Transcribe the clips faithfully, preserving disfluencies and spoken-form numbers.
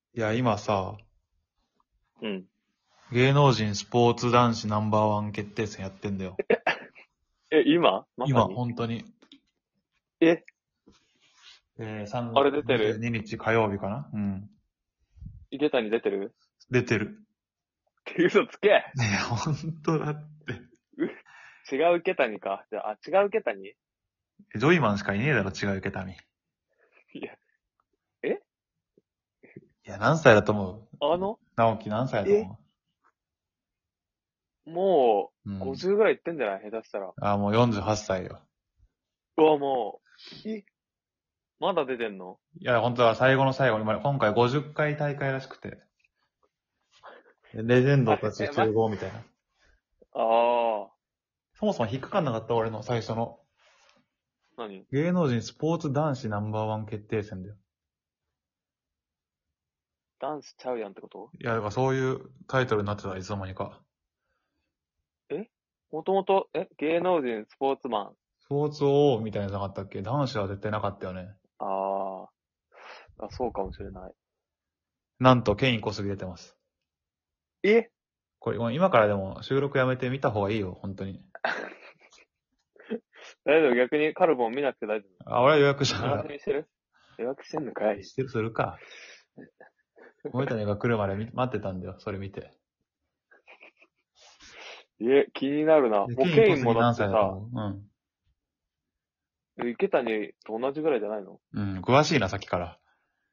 いや、今さ、 うん。 芸能人スポーツ男子ナンバーワン決定戦やってんだよ。 え、今まさ今、 に本当に。 え、 えー、3 あれ月出てるにじゅうににち火曜日かな。うん。 池谷出てる出てる。 って嘘つけいや、本当だって。 う違う池谷か。じゃあ、あ違う池谷いジョイマンしかいねえだろ、違う池谷。いや、えや、何歳だと思う？ あの直樹何歳だとえ思もう？うう、 ん。 ごじゅうぐらいいってんじゃない下手したら。 あ、もうよんじゅうはっさいよ。 うわ、もう、えまだ出てんのいや、本当は最後の最後に、ま今回ごじゅっかい大会らしくて。レジェンドあ、 たちえ、ま、 集合みたいな。 ああ、 そもそも引っかかんなかった俺の最初の。 何芸能人スポーツ男子ナンバーワン決定戦だよ。 男子ちゃうやんってこといや、だからそういうタイトルになってた、いつの間にか。 えもともと、え芸能人スポーツマン。 スポーツ王みたいなのなかったっけ？男子は絶対なかったよね。 ああ、あ、そうかもしれない。 なんと、ケイン小杉出てます。 えこれ、もう今からでも収録やめてみた方がいいよ、本当に。 大丈夫逆にカルボン見なくて大丈あ、俺は予約したか夫流ら。 し見してる予約してんのかいしてる、するか。森谷が来るまで見待ってたんだよ、それ見て。 え、気になるな。 で、 もうケイン小杉ケインもだっ何歳だとてさ、 思う？ 池谷と同じぐらいじゃないのうん。うん、詳しいな、さっきから。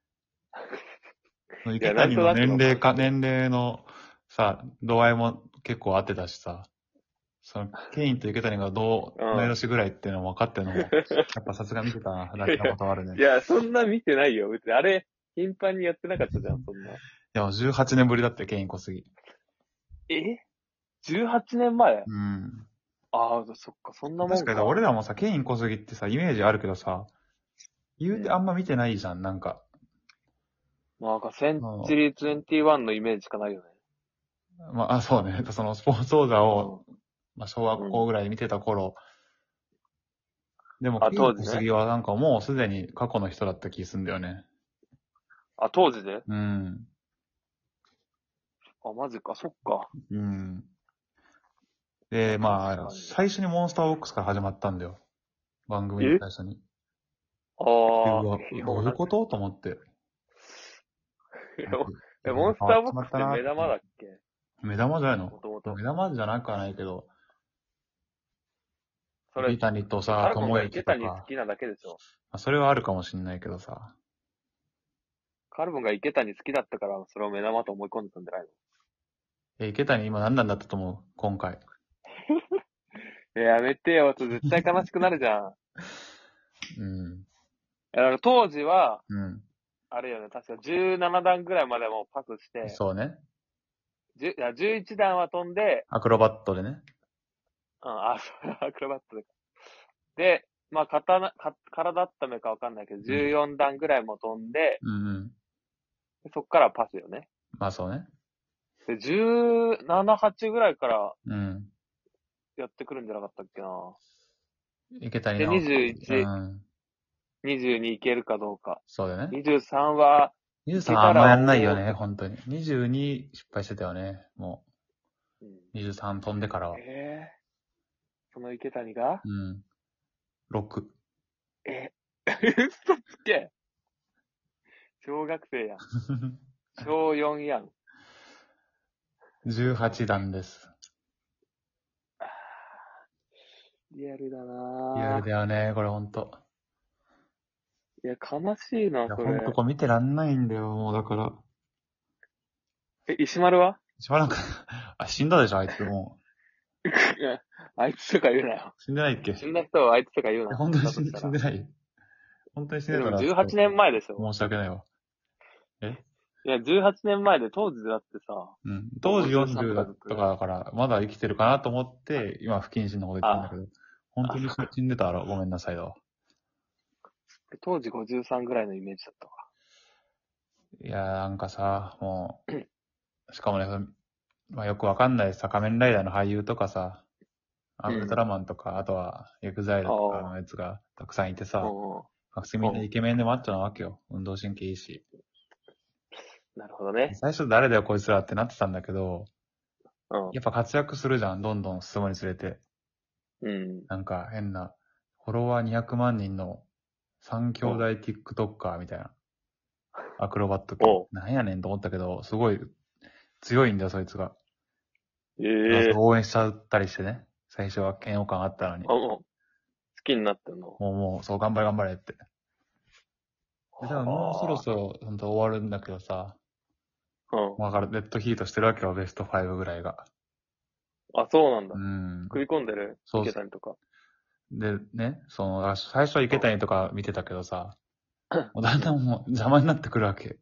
いや、 池谷のなんとなく年齢か、 わかるけど。 年齢のさ、度合いも結構合ってたしさ。その、ケインと池谷がどう、同いうん。 年ぐらいっていうのも分かってるのも、やっぱさすが見てただけのことはあるね。 いや、そんな見てないよ。別にあれ、頻繁にやってなかったじゃん、そんな。 いや、じゅうはちねんぶりだって、ケイン小杉。 え ?じゅうはち 年前うん。 ああ、そっか、そんなも確かにんか。 俺らもさ、ケイン小杉ってさ、イメージあるけどさ、言うてあんま見てないじゃん、なんか。 なんか、センチあュリーにじゅういちのイメージしかないよね。 まあ、あ、そうね。そのスポーツ王座を、 うまあ、小学ん。うん。 校ぐらい見てた頃、でも、 あ、 ケイン当時ね。 小杉はなんかもうすでに過去の人だった気すんだよね。 あ、当時でうん。 あ、マジか、そっか。 うん。で、まあ、 確かに。 最初にモンスターボックスから始まったんだよ。番組のえ最初に。で、うああ、 わ、 いや、 どういうもうな、 ことと思って。 いや、 なんかもえ、 いろいろモンス変わっちまっターボックスったなって。 て目玉だっけ目玉じゃないの？ もともと。 目玉じゃなくはないけど、 それ、 池谷とえ、 さ、 カルボンが智之池とか、 谷好きなだけでしょまあ、それはあるかもしんないけどさ。 カルボンが池谷好きだったから、それを目玉と思い込んでたんじゃないのえ、池谷今何なんだったと思う？今回。 え、やめてよ、絶対悲しくなるじゃん。 うん。 え、だから当時は、 うん。 あれよね、確かじゅうななだんぐらいまでもパスして、 そうね。 じゅいやじゅういちだんは飛んで、 アクロバットでね。 うん、あ、そうアクロバットで。で、まあ、刀、か、体温めかわかんないけど、 うん。 じゅうよんだんぐらいも飛んで、 うんうん。 でそっからパスよね。 まあそうね。 で、じゅうなな、はちぐらいからうん。 やってくるんじゃなかったっけな。で、 池谷直樹。うにじゅういち、 ん。 にじゅうにいけるかどうか。 そうだよね。 にじゅうさんはいけにじゅうさんあたらんまやんないよおーって、 ね、本当に。にじゅうに失敗してたよね。もうん、 う、にじゅうさん飛んでからは。 えー、その池谷がうん。ろく。 え、嘘つけ小学生やん。小よんやん。 じゅうはちだんです。 あーリアルだリアルなだよね、これほんと。 ぁ。いや、悲しいな、 いや、 それ。 ほんとこれ見てらんないんだよ、もうだから。 え、石丸はしばらくあ、死んだでしょ、あいつもいやあいつとか言うなよ。 う。死んでないっけ？ 死んだ人はあいつとか言うえ、 な。死ん本当に死んで、 だとしたら。 死んでない？本当に死んえ、でもでたら、ちじゅうはちねんまえでしょょっと申し訳ないわ。えいや、じゅうはちねんまえで当時だってさ、 うん。 もう当時ごじゅうさんよんじゅうだっとかずっとたから、だからまだ生きてるかなと思って、今不謹慎なこと言ってんだけあ、 ど、本当あ、 にそっか。 死んでたらごめんなさいだわ。 当時ごじゅうさんぐらいのイメージだったわ。 いやーなんかさ、もう、しかもね、まあよくわかんないさ、仮面ライダーの俳優とかさ、あうん。 ウルトラマンとか、あとはエグザイルとかああ、 のやつがたくさんいてさ、 うん、 まあ普通みんなイケメンでマッチョなわけよ。運動神経いいし。 なるほどね。 最初誰だよこいつらってなってたんだけど、 うん。 やっぱ活躍するじゃん、どんどん進むにつれて。 うん。 なんか変な、フォロワーにひゃくまん人の三兄弟 TikToker みたいな。アクロバット系おう。 なんやねんと思ったけど、すごい強いんだよ、そいつが。 えだからえ応援しちゃったりしてね。最初は嫌悪感あったのに。 あ、もう、好きになったの。 もうもう、そう頑張れ頑張れって。で、多分もうそろそろ、ほんと終わるんだけどさ。 うん。 だからデッドヒートしてるわけよ、ベストファイブぐらいが。 あ、そうなんだ。 うん。 食い込んでるそう池谷とか。 で、ね、その、最初は池谷とか見てたけどさ、もうだんだんもう邪魔になってくるわけ。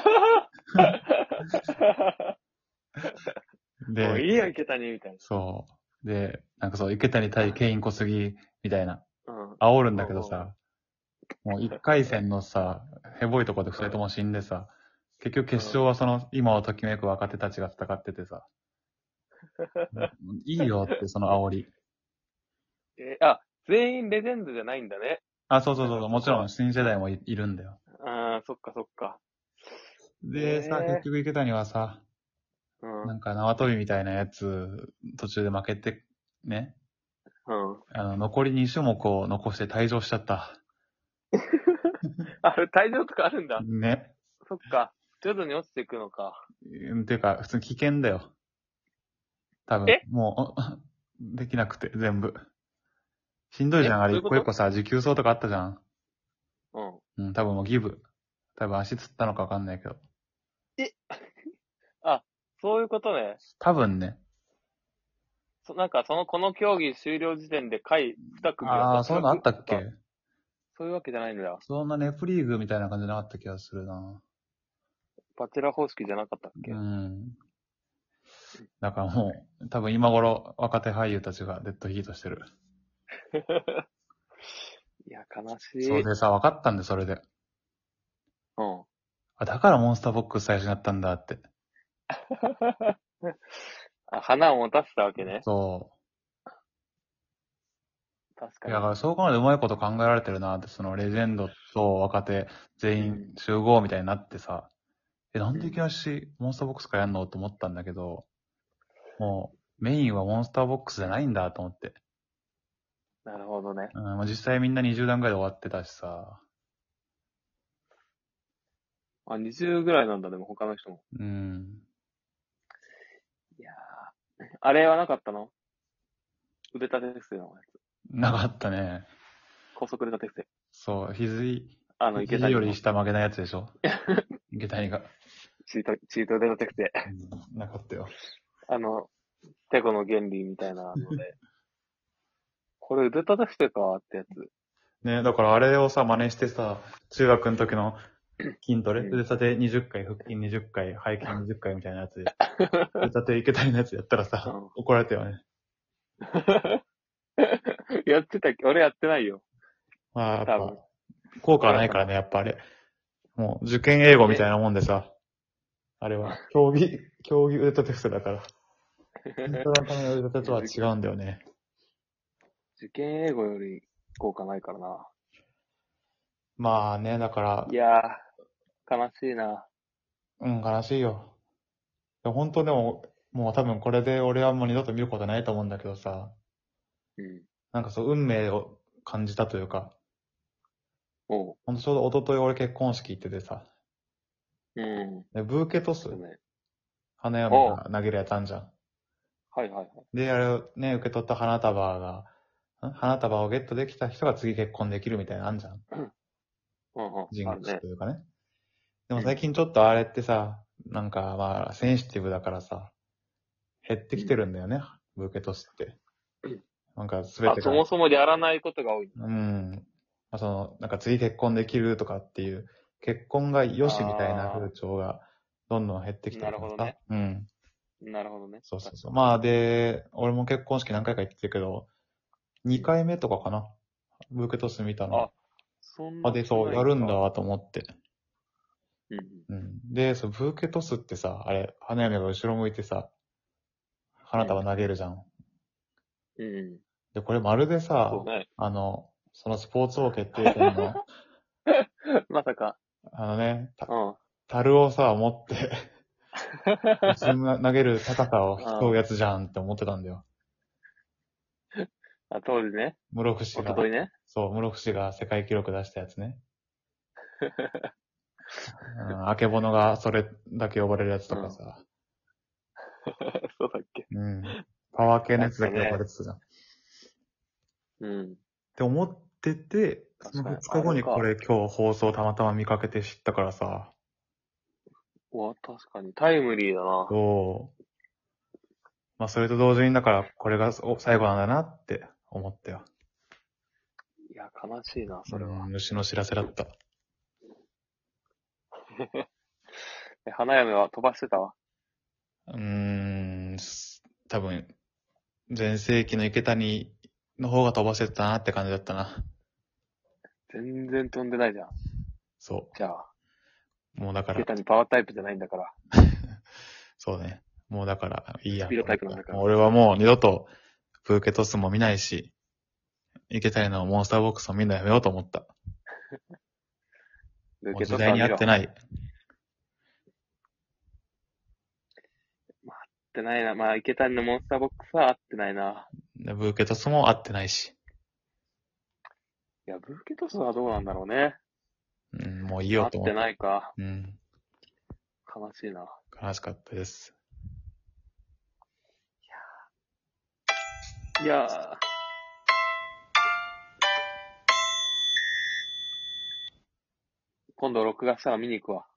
で、 もういいよ、池谷みたいそう。で、なんかそう、池谷対ケイン小杉みたいな。 な。うん。 煽るんだけどさ、もう一回戦のさ、へぼいとこで二人とも死んでさ、結局決勝はその、今をときめく若手たちが戦っててさ、いいよってその煽り。 え、あ、全員レジェンドじゃないんだね。 あ、そうそうそうそう、 なんかそこはもちろん新世代もいいるんだよ。 ああ、そっかそっか。 で、さ、結ええ局池谷はさ、 うん。 なんか縄跳びみたいなやつ、途中で負けて、ね、 うん。 あの、残りに種目を残して退場しちゃった。 あれ、退場とかあるんだ。 ね。 そっか。徐々に落ちていくのか。 うんていうか、普通に危険だよ。多分え、 もう、できなくて、全部。しんどいじゃん、あれ、 えどういうこと一個一個さ、持久走とかあったじゃん。 うん。 うん、多分もうギブ。多分足つったのかわかんないけど。 あ、そういうことね。 多分ね。 そなんか、その、この競技終了時点で下位に組はああ、そういうのあったっ脱落とかけ？ そういうわけじゃないんだ。 そんなネプリーグみたいな感じじゃなかった気がするな。 バチェラー方式じゃなかったっけ、 うん。だからもう、多分今頃若手俳優たちがデッドヒートしてる。 いや、悲しい。 そうでさ、分かったんで、それで。 うん。 あ、だからモンスターボックス最初になったんだって。 あ、花を持たせたわけね。 そ確かう。いや、だに。 からそう考えるとうまいこと考えられてるなって、そのレジェンドと若手全員集合みたいになってさ、え、なんでいきなしモンスターボックスからやんのと思ったんだけど、もうメインはモンスターボックスじゃないんだと思って。 なるほどね。 うん、まあ、実際みんなにじゅう段ぐらいで終わってたしさ。 あ、にじゅうぐらいなんだ、でも他の人も。 うん。 いやー、あれはなかったの腕立て伏せのやつ。 なかったね。 高速腕立て伏せ。 そう、肘、 あの、池肘谷のより下負けないやつでしょ。池谷が。 チート、チート腕立て伏せ。 うん、なかったよ。 あの、テコの原理みたいなので。これ腕立て伏せかってやつ。 ね、だからあれをさ、真似してさ、中学の時の筋トレ、 うん腕立てにじゅっかい、腹筋にじゅっかい、背筋にじゅっかいみたいなやつで、腕立て池谷のやつやったらさ、 うん怒られたよね。 やってたっけ俺やってないよ。 まあ、やっ多分ぱ、効果はないからね、やっぱあれ。もう、受験英語みたいなもんでさ、あれは、競技、競技腕立て伏せだから。筋トレのための腕立てとは違うんだよね。 受験英語より効果ないからな。 まあね、だからい、やー、悲しいな。 うん、悲しいよ。でも本当でも、もう多分これで俺はもう二度と見ることないと思うんだけどさ、 うん。 なんかそう、運命を感じたというか、 おう。 ほんとちょうど一昨日俺結婚式行っててさ、 うん。 でブーケトス、 そうね。 花嫁が投げるやつあんじゃん。 はいはいはい。 で、あれをね、受け取った花束が、ん花束をゲットできた人が次結婚できるみたいなのあんじゃん。 うんうん。 ジンクスあるね。 というかね。でも最近ちょっとあれってさ、なんかまあ、センシティブだからさ、減ってきてるんだよね、ブーケトスって。なんかすべあ、 てが。 そもそもやらないことが多い。 うん。まあその、なんか次結婚できるとかっていう、結婚が良しみたいな風潮がどんどん減ってきてるからさ。 なるほうん。 なるほどね。 そうそうそう。まあで、俺も結婚式何回か行ってるけど、にかいめとかかな。ブーケトス見たの。 あ、そんな。 あ、で、そう、やるんだと思って。 うん。 うん。で、そう、ブーケトスってさ、あれ、花嫁が後ろ向いてさ、花束投げるじゃん。 うん。 で、これまるでさ、 そうね。 あの、そのスポーツ王決定戦の、 まさか。 あのね、たうん。 樽をさ、持って、普通に投げる高さを競うやつじゃんって思ってたんだよ。 あ、当時ね。 室伏が、 おとといね。 そう、室伏が世界記録出したやつね。うん、あけぼのがそれだけ呼ばれるやつとかさ。 そうだっけ。 うん。パワー系のやつだけ呼ばれてたじゃん。 うん。 って思ってて、その確かに。 ふつかごにあれかこれ今日放送たまたま見かけて知ったからさ。 うわ、確かに。タイムリーだな。 そう。まあそれと同時にだからこれがお最後なんだなって思ったよ。 いや、悲しいな、それは。 うん、虫の知らせだった。 え花嫁は飛ばしてたわ。 うーん、す多分、前世紀の池谷の方が飛ばせてたなって感じだったな。 全然飛んでないじゃん。 そじゃあ、 う。もうだから、 池谷パワータイプじゃないんだから。 そうね。もうだから、いいや。 スピードタイプなんだから。 俺はもう二度と、ブーケトスも見ないし、池谷のモンスターボックスも見るのやめようと思った。 ルーもう時代に合ってない。 合ってないな。まあ、池谷のモンスターボックスは合ってないな。 ブーケトスも合ってないし。 いや、ブーケトスはどうなんだろうね。 うん、もういいよ合ってと思った。 ないか。 うん。 悲しいな。 悲しかったです。 いやー。今度録画したら見に行くわ。